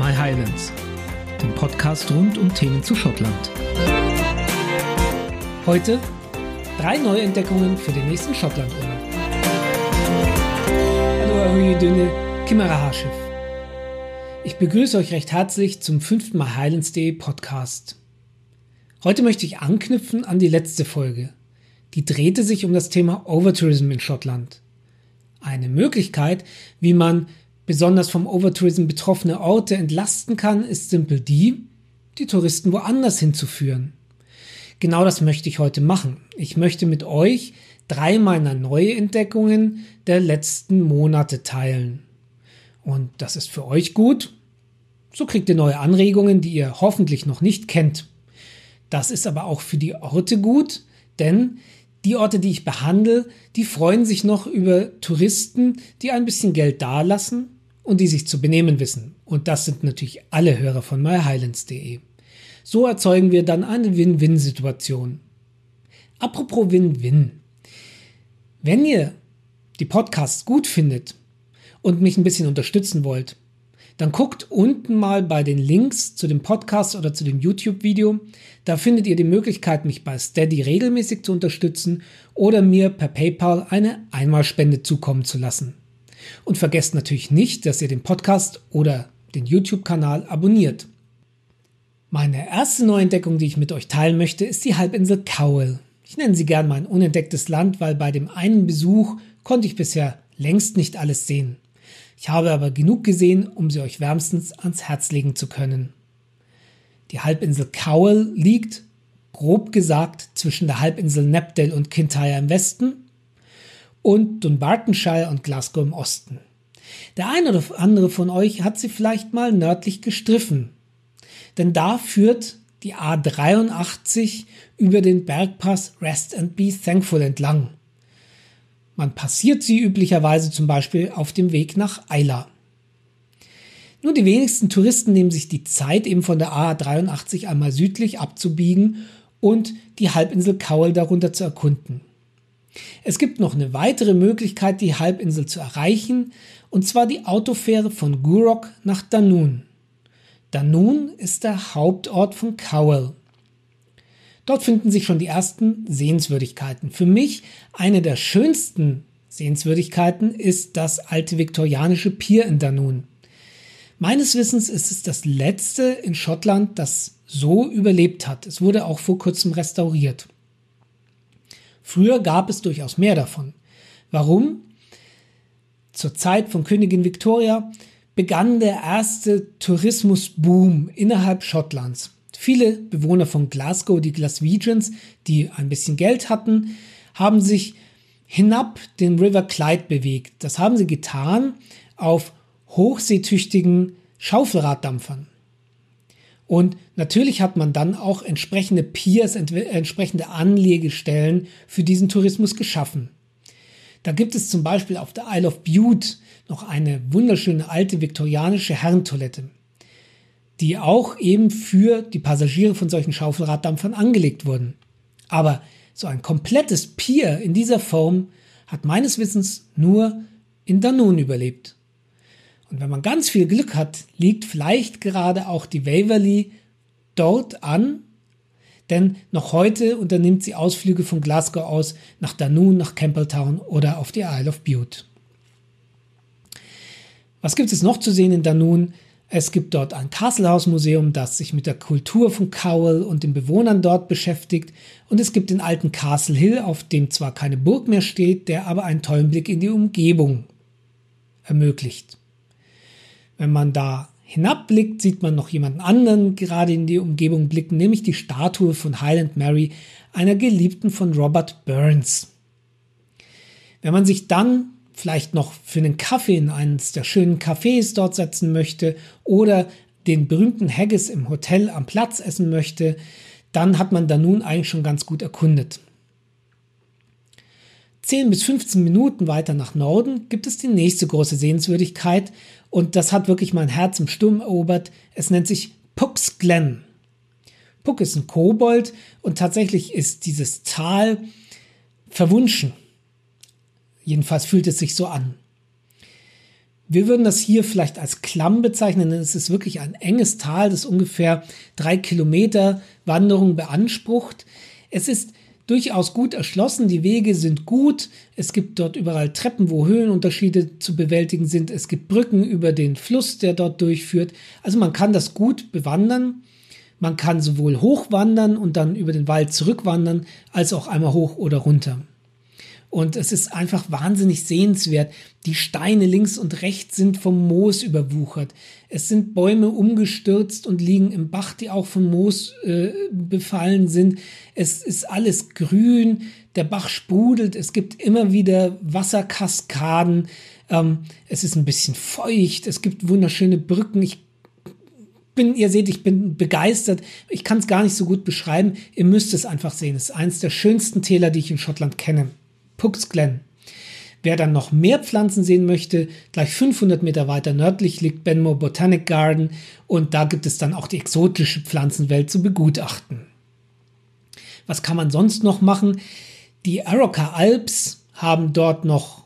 My Highlands, dem Podcast rund um Themen zu Schottland. Heute 3 Neuentdeckungen für den nächsten Schottlandurlaub. Hallo, eure dünne Kimmerahaschiff. Ich begrüße euch recht herzlich zum 5. MyHighlands.de Podcast. Heute möchte ich anknüpfen an die letzte Folge. Die drehte sich um das Thema Overtourism in Schottland. Eine Möglichkeit, wie man besonders vom Overtourism betroffene Orte entlasten kann, ist simpel die Touristen woanders hinzuführen. Genau das möchte ich heute machen. Ich möchte mit euch 3 meiner Neuentdeckungen der letzten Monate teilen. Und das ist für euch gut. So kriegt ihr neue Anregungen, die ihr hoffentlich noch nicht kennt. Das ist aber auch für die Orte gut, denn die Orte, die ich behandle, die freuen sich noch über Touristen, die ein bisschen Geld dalassen und die sich zu benehmen wissen. Und das sind natürlich alle Hörer von myhighlands.de. So erzeugen wir dann eine Win-Win-Situation. Apropos Win-Win. Wenn ihr die Podcasts gut findet und mich ein bisschen unterstützen wollt, dann guckt unten mal bei den Links zu dem Podcast oder zu dem YouTube-Video. Da findet ihr die Möglichkeit, mich bei Steady regelmäßig zu unterstützen oder mir per PayPal eine Einmalspende zukommen zu lassen. Und vergesst natürlich nicht, dass ihr den Podcast oder den YouTube-Kanal abonniert. Meine erste Neuentdeckung, die ich mit euch teilen möchte, ist die Halbinsel Cowal. Ich nenne sie gern mein unentdecktes Land, weil bei dem einen Besuch konnte ich bisher längst nicht alles sehen. Ich habe aber genug gesehen, um sie euch wärmstens ans Herz legen zu können. Die Halbinsel Cowal liegt, grob gesagt, zwischen der Halbinsel Knapdale und Kintyre im Westen und Dunbartonshire und Glasgow im Osten. Der eine oder andere von euch hat sie vielleicht mal nördlich gestriffen, denn da führt die A83 über den Bergpass Rest and Be Thankful entlang. Man passiert sie üblicherweise zum Beispiel auf dem Weg nach Islay. Nur die wenigsten Touristen nehmen sich die Zeit, eben von der A83 einmal südlich abzubiegen und die Halbinsel Cowal darunter zu erkunden. Es gibt noch eine weitere Möglichkeit, die Halbinsel zu erreichen, und zwar die Autofähre von Gourock nach Dunoon. Dunoon ist der Hauptort von Cowal. Dort finden sich schon die ersten Sehenswürdigkeiten. Für mich eine der schönsten Sehenswürdigkeiten ist das alte viktorianische Pier in Dunoon. Meines Wissens ist es das letzte in Schottland, das so überlebt hat. Es wurde auch vor kurzem restauriert. Früher gab es durchaus mehr davon. Warum? Zur Zeit von Königin Victoria begann der erste Tourismusboom innerhalb Schottlands. Viele Bewohner von Glasgow, die Glaswegians, die ein bisschen Geld hatten, haben sich hinab den River Clyde bewegt. Das haben sie getan auf hochseetüchtigen Schaufelraddampfern. Und natürlich hat man dann auch entsprechende Piers, entsprechende Anlegestellen für diesen Tourismus geschaffen. Da gibt es zum Beispiel auf der Isle of Bute noch eine wunderschöne alte viktorianische Herrentoilette, die auch eben für die Passagiere von solchen Schaufelraddampfern angelegt wurden. Aber so ein komplettes Pier in dieser Form hat meines Wissens nur in Dunoon überlebt. Und wenn man ganz viel Glück hat, liegt vielleicht gerade auch die Waverley dort an, denn noch heute unternimmt sie Ausflüge von Glasgow aus nach Dunoon, nach Campbelltown oder auf die Isle of Bute. Was gibt es noch zu sehen in Dunoon? Es gibt dort ein Castlehouse-Museum, das sich mit der Kultur von Cowal und den Bewohnern dort beschäftigt. Und es gibt den alten Castle Hill, auf dem zwar keine Burg mehr steht, der aber einen tollen Blick in die Umgebung ermöglicht. Wenn man da hinabblickt, sieht man noch jemanden anderen gerade in die Umgebung blicken, nämlich die Statue von Highland Mary, einer Geliebten von Robert Burns. Wenn man sich dann vielleicht noch für einen Kaffee in eines der schönen Cafés dort setzen möchte oder den berühmten Haggis im Hotel am Platz essen möchte, dann hat man Dunoon eigentlich schon ganz gut erkundet. 10 bis 15 Minuten weiter nach Norden gibt es die nächste große Sehenswürdigkeit und das hat wirklich mein Herz im Sturm erobert. Es nennt sich Puck's Glen. Puck ist ein Kobold und tatsächlich ist dieses Tal verwunschen. Jedenfalls fühlt es sich so an. Wir würden das hier vielleicht als Klamm bezeichnen, denn es ist wirklich ein enges Tal, das ungefähr 3 Kilometer Wanderung beansprucht. Es ist durchaus gut erschlossen, die Wege sind gut, es gibt dort überall Treppen, wo Höhenunterschiede zu bewältigen sind, es gibt Brücken über den Fluss, der dort durchführt. Also man kann das gut bewandern, man kann sowohl hochwandern und dann über den Wald zurückwandern, als auch einmal hoch oder runter. Und es ist einfach wahnsinnig sehenswert. Die Steine links und rechts sind vom Moos überwuchert. Es sind Bäume umgestürzt und liegen im Bach, die auch vom Moos befallen sind. Es ist alles grün, der Bach sprudelt, es gibt immer wieder Wasserkaskaden. Es ist ein bisschen feucht, es gibt wunderschöne Brücken. Ihr seht, ich bin begeistert. Ich kann es gar nicht so gut beschreiben. Ihr müsst es einfach sehen. Es ist eines der schönsten Täler, die ich in Schottland kenne. Pucks Glen. Wer dann noch mehr Pflanzen sehen möchte, gleich 500 Meter weiter nördlich liegt Benmore Botanic Garden und da gibt es dann auch die exotische Pflanzenwelt zu begutachten. Was kann man sonst noch machen? Die Arrochar Alps haben dort noch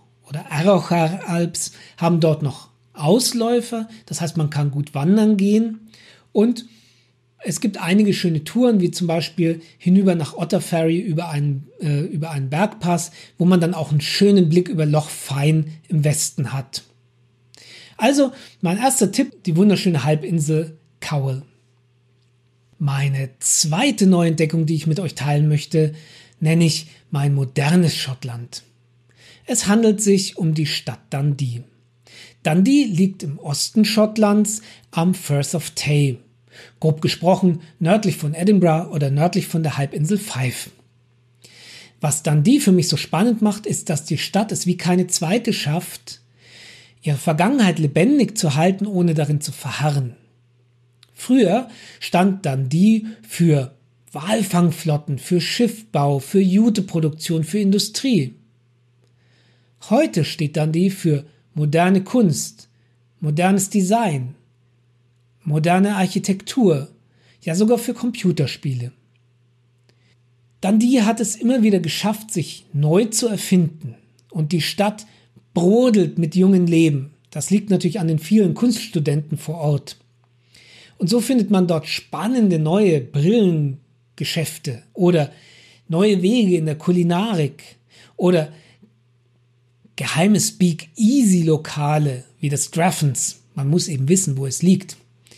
Ausläufer, das heißt, man kann gut wandern gehen und es gibt einige schöne Touren, wie zum Beispiel hinüber nach Otter Ferry über einen Bergpass, wo man dann auch einen schönen Blick über Loch Fyne im Westen hat. Also mein erster Tipp, die wunderschöne Halbinsel Cowal. Meine zweite Neuentdeckung, die ich mit euch teilen möchte, nenne ich mein modernes Schottland. Es handelt sich um die Stadt Dundee. Dundee liegt im Osten Schottlands am Firth of Tay. Grob gesprochen nördlich von Edinburgh oder nördlich von der Halbinsel Fife. Was Dundee für mich so spannend macht, ist, dass die Stadt es wie keine zweite schafft, ihre Vergangenheit lebendig zu halten, ohne darin zu verharren. Früher stand Dundee für Walfangflotten, für Schiffbau, für Juteproduktion, für Industrie. Heute steht Dundee für moderne Kunst, modernes Design, moderne Architektur, ja sogar für Computerspiele. Dundee hat es immer wieder geschafft, sich neu zu erfinden und die Stadt brodelt mit jungem Leben. Das liegt natürlich an den vielen Kunststudenten vor Ort. Und so findet man dort spannende neue Brillengeschäfte oder neue Wege in der Kulinarik oder geheime Speak-Easy-Lokale wie das Draffens. Man muss eben wissen, wo es liegt.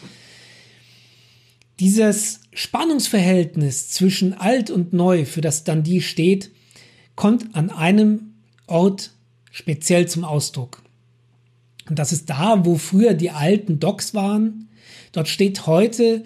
Dieses Spannungsverhältnis zwischen alt und neu, für das Dundee steht, kommt an einem Ort speziell zum Ausdruck. Und das ist da, wo früher die alten Docks waren. Dort steht heute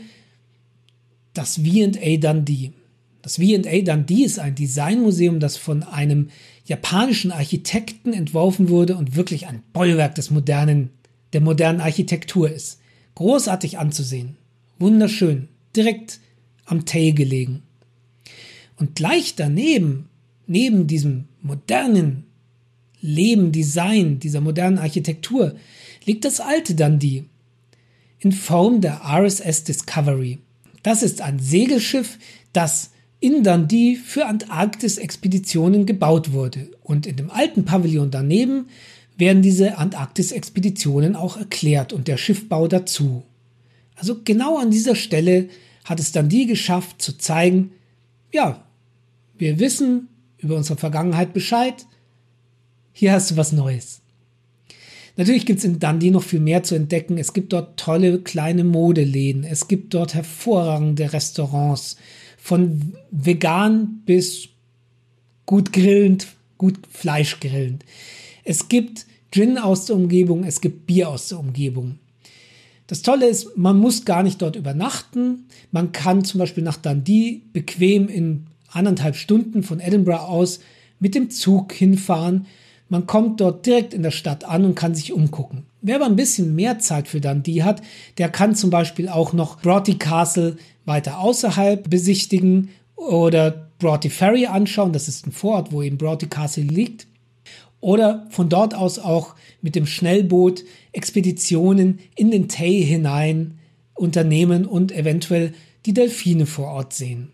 das V&A Dundee. Das V&A Dundee ist ein Designmuseum, das von einem japanischen Architekten entworfen wurde und wirklich ein Bollwerk der modernen Architektur ist. Großartig anzusehen. Wunderschön, direkt am Tay gelegen. Und gleich daneben, neben diesem modernen Leben, Design, dieser modernen Architektur, liegt das alte Dundee in Form der RSS Discovery. Das ist ein Segelschiff, das in Dundee für Antarktis-Expeditionen gebaut wurde. Und in dem alten Pavillon daneben werden diese Antarktis-Expeditionen auch erklärt und der Schiffbau dazu. Also genau an dieser Stelle hat es Dundee geschafft zu zeigen, ja, wir wissen über unsere Vergangenheit Bescheid, hier hast du was Neues. Natürlich gibt es in Dundee noch viel mehr zu entdecken. Es gibt dort tolle kleine Modeläden, es gibt dort hervorragende Restaurants, von vegan bis gut grillend, gut fleischgrillend. Es gibt Gin aus der Umgebung, es gibt Bier aus der Umgebung. Das Tolle ist, man muss gar nicht dort übernachten. Man kann zum Beispiel nach Dundee bequem in 1,5 Stunden von Edinburgh aus mit dem Zug hinfahren. Man kommt dort direkt in der Stadt an und kann sich umgucken. Wer aber ein bisschen mehr Zeit für Dundee hat, der kann zum Beispiel auch noch Broughty Castle weiter außerhalb besichtigen oder Broughty Ferry anschauen. Das ist ein Vorort, wo eben Broughty Castle liegt. Oder von dort aus auch mit dem Schnellboot Expeditionen in den Tay hinein unternehmen und eventuell die Delfine vor Ort sehen.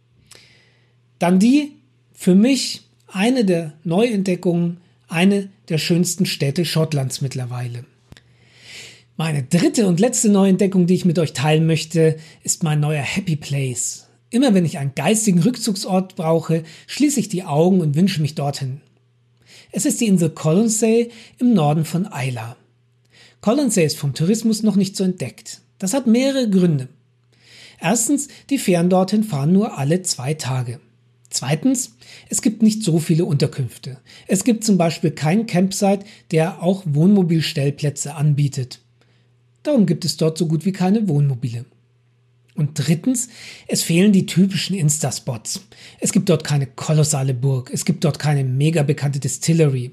Dundee, für mich eine der Neuentdeckungen, eine der schönsten Städte Schottlands mittlerweile. Meine dritte und letzte Neuentdeckung, die ich mit euch teilen möchte, ist mein neuer Happy Place. Immer wenn ich einen geistigen Rückzugsort brauche, schließe ich die Augen und wünsche mich dorthin. Es ist die Insel Colonsay im Norden von Islay. Colonsay ist vom Tourismus noch nicht so entdeckt. Das hat mehrere Gründe. Erstens, die Fähren dorthin fahren nur alle 2 Tage. Zweitens, es gibt nicht so viele Unterkünfte. Es gibt zum Beispiel keinen Campsite, der auch Wohnmobilstellplätze anbietet. Darum gibt es dort so gut wie keine Wohnmobile. Und drittens, es fehlen die typischen Insta-Spots. Es gibt dort keine kolossale Burg, es gibt dort keine mega bekannte Distillery.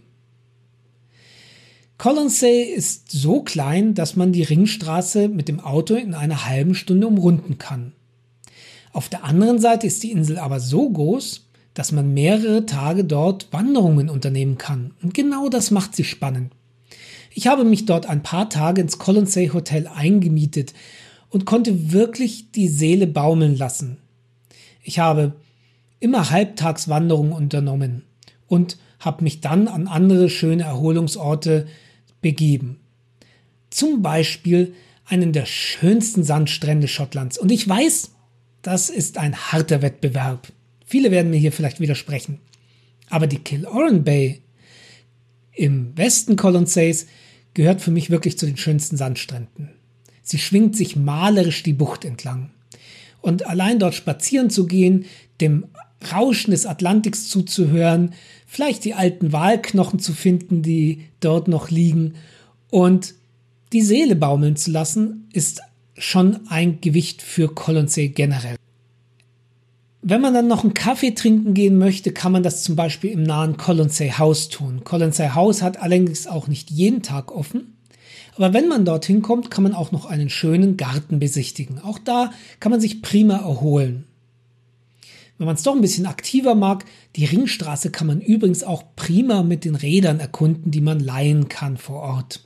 Colonsay ist so klein, dass man die Ringstraße mit dem Auto in einer halben Stunde umrunden kann. Auf der anderen Seite ist die Insel aber so groß, dass man mehrere Tage dort Wanderungen unternehmen kann. Und genau das macht sie spannend. Ich habe mich dort ein paar Tage ins Colonsay Hotel eingemietet und konnte wirklich die Seele baumeln lassen. Ich habe immer Halbtagswanderungen unternommen und habe mich dann an andere schöne Erholungsorte begeben. Zum Beispiel einen der schönsten Sandstrände Schottlands. Und ich weiß, das ist ein harter Wettbewerb. Viele werden mir hier vielleicht widersprechen. Aber die Killoran Bay im Westen Colonsays gehört für mich wirklich zu den schönsten Sandstränden. Sie schwingt sich malerisch die Bucht entlang. Und allein dort spazieren zu gehen, dem Rauschen des Atlantiks zuzuhören, vielleicht die alten Walknochen zu finden, die dort noch liegen und die Seele baumeln zu lassen, ist schon ein Gewicht für Colonsay generell. Wenn man dann noch einen Kaffee trinken gehen möchte, kann man das zum Beispiel im nahen Colonsay House tun. Colonsay House hat allerdings auch nicht jeden Tag offen. Aber wenn man dorthin kommt, kann man auch noch einen schönen Garten besichtigen. Auch da kann man sich prima erholen. Wenn man es doch ein bisschen aktiver mag, die Ringstraße kann man übrigens auch prima mit den Rädern erkunden, die man leihen kann vor Ort.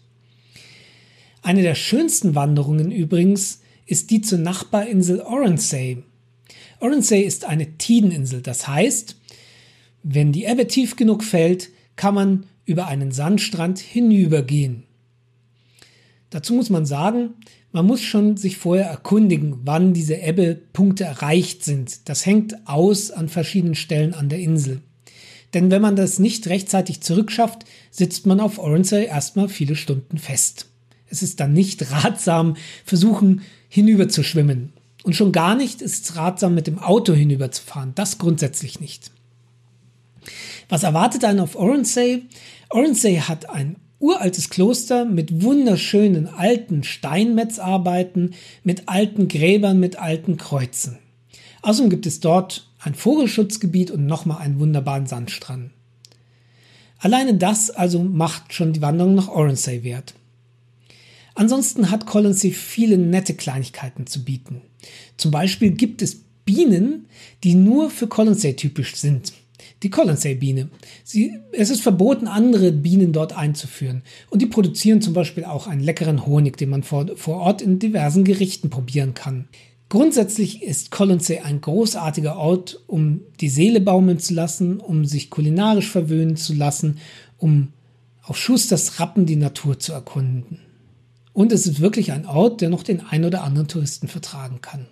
Eine der schönsten Wanderungen übrigens ist die zur Nachbarinsel Oronsay. Oronsay ist eine Tideninsel, das heißt, wenn die Ebbe tief genug fällt, kann man über einen Sandstrand hinübergehen. Dazu muss man sagen, man muss schon sich vorher erkundigen, wann diese Ebbepunkte erreicht sind. Das hängt aus an verschiedenen Stellen an der Insel. Denn wenn man das nicht rechtzeitig zurückschafft, sitzt man auf Oronsay erstmal viele Stunden fest. Es ist dann nicht ratsam, versuchen hinüber zu schwimmen. Und schon gar nicht ist es ratsam, mit dem Auto hinüberzufahren. Das grundsätzlich nicht. Was erwartet einen auf Oronsay? Oronsay hat ein uraltes Kloster mit wunderschönen alten Steinmetzarbeiten, mit alten Gräbern, mit alten Kreuzen. Außerdem gibt es dort ein Vogelschutzgebiet und nochmal einen wunderbaren Sandstrand. Alleine das also macht schon die Wanderung nach Oronsay wert. Ansonsten hat Colonsay viele nette Kleinigkeiten zu bieten. Zum Beispiel gibt es Bienen, die nur für Colonsay typisch sind. Die Colonsay-Biene. Es ist verboten, andere Bienen dort einzuführen. Und die produzieren zum Beispiel auch einen leckeren Honig, den man vor Ort in diversen Gerichten probieren kann. Grundsätzlich ist Colonsay ein großartiger Ort, um die Seele baumeln zu lassen, um sich kulinarisch verwöhnen zu lassen, um auf Schusters Rappen die Natur zu erkunden. Und es ist wirklich ein Ort, der noch den ein oder anderen Touristen vertragen kann.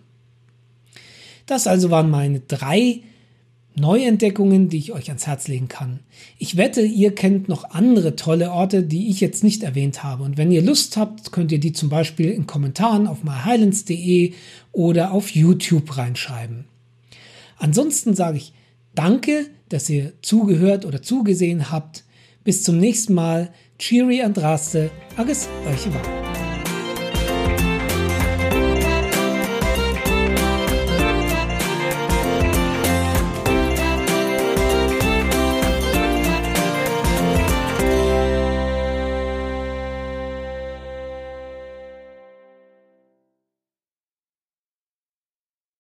Das also waren meine 3 Neuentdeckungen, die ich euch ans Herz legen kann. Ich wette, ihr kennt noch andere tolle Orte, die ich jetzt nicht erwähnt habe. Und wenn ihr Lust habt, könnt ihr die zum Beispiel in Kommentaren auf myhighlands.de oder auf YouTube reinschreiben. Ansonsten sage ich danke, dass ihr zugehört oder zugesehen habt. Bis zum nächsten Mal. Cheery and Raste, agus euch war.